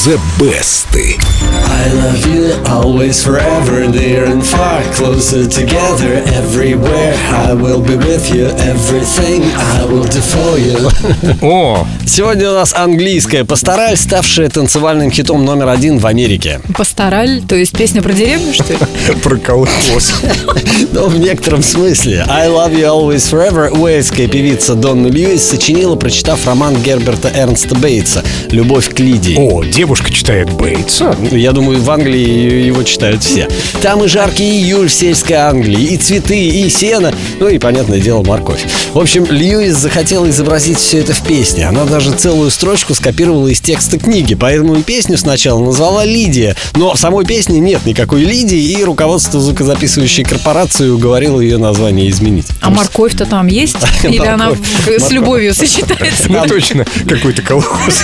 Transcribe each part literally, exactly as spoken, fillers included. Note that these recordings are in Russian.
The Best. I love you always, forever, near and far, closer together, everywhere. I will be with you, everything I will do for you. О, Сегодня у нас английская пастораль, ставшая танцевальным хитом номер один в Америке. Пастораль, то есть песня про деревню, что ли? про колхоз. Но в некотором смысле. I Love You Always Forever уэльская певица Донна Льюис сочинила, прочитав роман Герберта Эрнста Бейтса «Любовь к Лидии». О, девушка читает Бейтса. Я думаю, в Англии его читают все. Там и жаркий июль в сельской Англии, и цветы, и сено, ну и, понятное дело, морковь. В общем, Льюис захотела изобразить все это в песне. Она даже целую строчку скопировала из текста книги, поэтому и песню сначала назвала «Лидия». Но в самой песне нет никакой Лидии, и руководство звукозаписывающей корпорации уговорило ее название изменить. А морковь-то там есть? Или она с любовью сочетается? Ну точно, какой-то колхоз.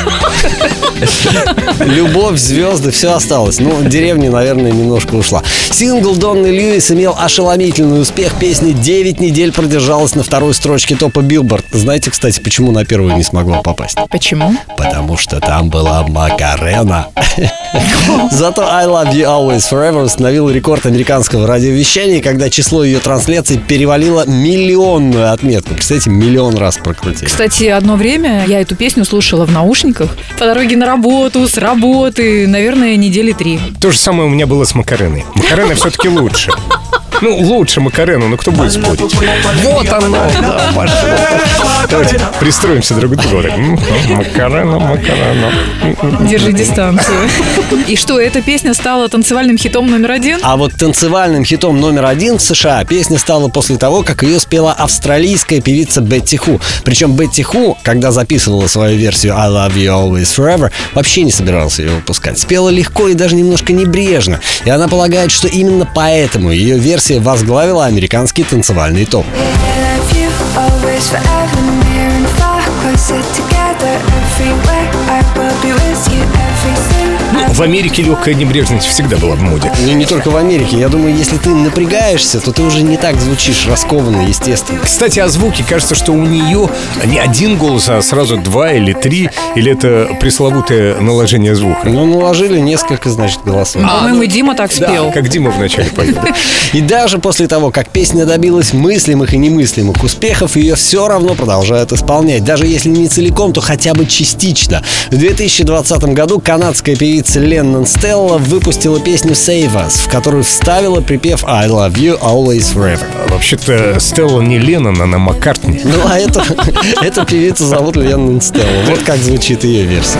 Любовь, звезды, все осталось. Ну, деревня, наверное, немножко ушла. Сингл Донны Льюис имел ошеломительный успех. Песня девять недель продержалась на второй строчке топа Billboard. Знаете, кстати, почему на первую не смогла попасть? Почему? Потому что там была Макарена. Зато I Love You Always Forever установил рекорд американского радиовещания, когда число ее трансляций перевалило миллионную отметку. Представляете, миллион раз прокрутили. Кстати, одно время я эту песню слушала в наушниках по дороге на работу, с работы, наверное, недели три. То же самое у меня было с Макареной. Макарена все-таки лучше. Ну, лучше Макарену, но кто будет спорить? Вот оно, да, пошло. Давайте пристроимся друг к другу. Макарена, Макарена. Держи дистанцию. И что, эта песня стала танцевальным хитом номер один? А вот танцевальным хитом номер один в США песня стала после того, как ее спела австралийская певица Бетти Ху. Причем Бетти Ху, когда записывала свою версию I Love You Always Forever, вообще не собиралась ее выпускать. Спела легко и даже немножко небрежно. И она полагает, что именно поэтому ее версия возглавила американский танцевальный топ. Ну, в Америке легкая небрежность всегда была в моде. Ну, не только в Америке. Я думаю, если ты напрягаешься, то ты уже не так звучишь раскованно, естественно. Кстати, о звуке. Кажется, что у нее не один голос, а сразу два или три. Или это пресловутое наложение звука? Ну, наложили несколько, значит, голосов. А, По-моему, Дима так спел. Да, как Дима вначале поет. И даже после того, как песня добилась мыслимых и немыслимых успехов, ее все равно продолжают исполнять. Даже если не целиком, то хотя бы частично. В две тысячи двадцатом году канадская певица Леннон Стелла выпустила песню Save Us, в которую вставила припев I Love You Always Forever. Вообще-то Стелла не Леннон, она Маккартни. Ну, а эту, эту певицу зовут Леннон Стелла. Вот как звучит ее версия.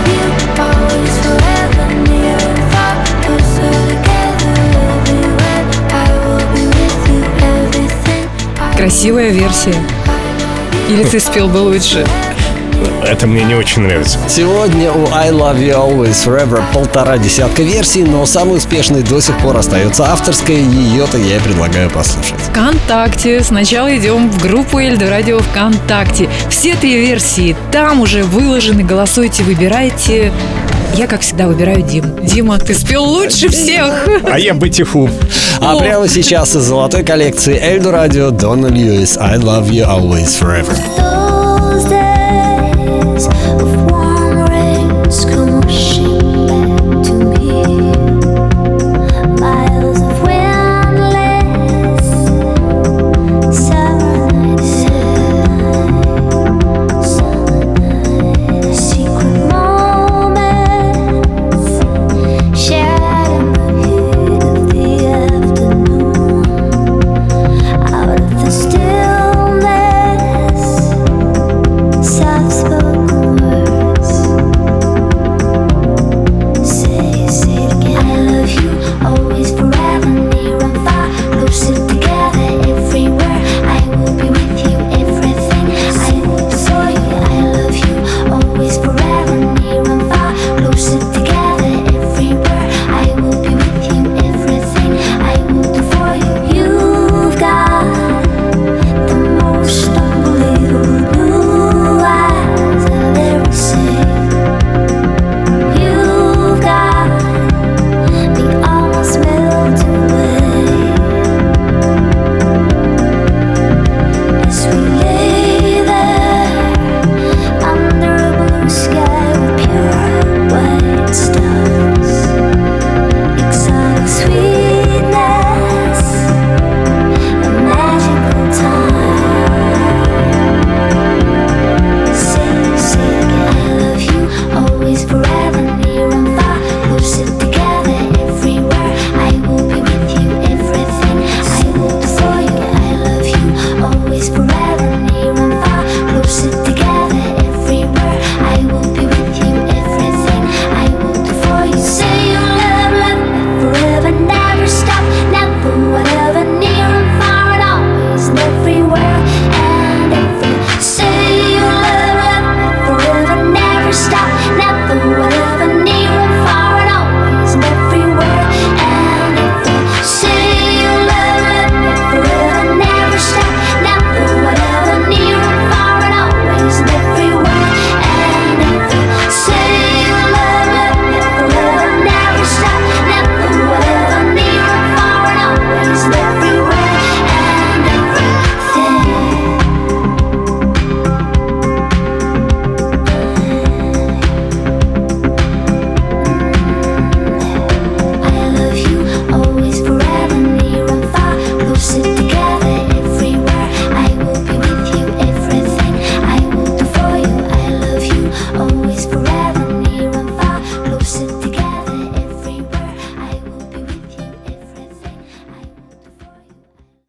Красивая версия. Или ты спел бы лучше? Это мне не очень нравится. Сегодня у I Love You Always Forever полтора десятка версий, но самой успешной до сих пор остается авторская. Ее-то я и предлагаю послушать. ВКонтакте. Сначала идем в группу Эльдорадио ВКонтакте. Все три версии там уже выложены. Голосуйте, выбирайте. Я, как всегда, выбираю Диму. Дима, ты спел лучше всех. А я Бетти Ху. А прямо сейчас из золотой коллекции Эльдорадио Донна Льюис I Love You Always Forever.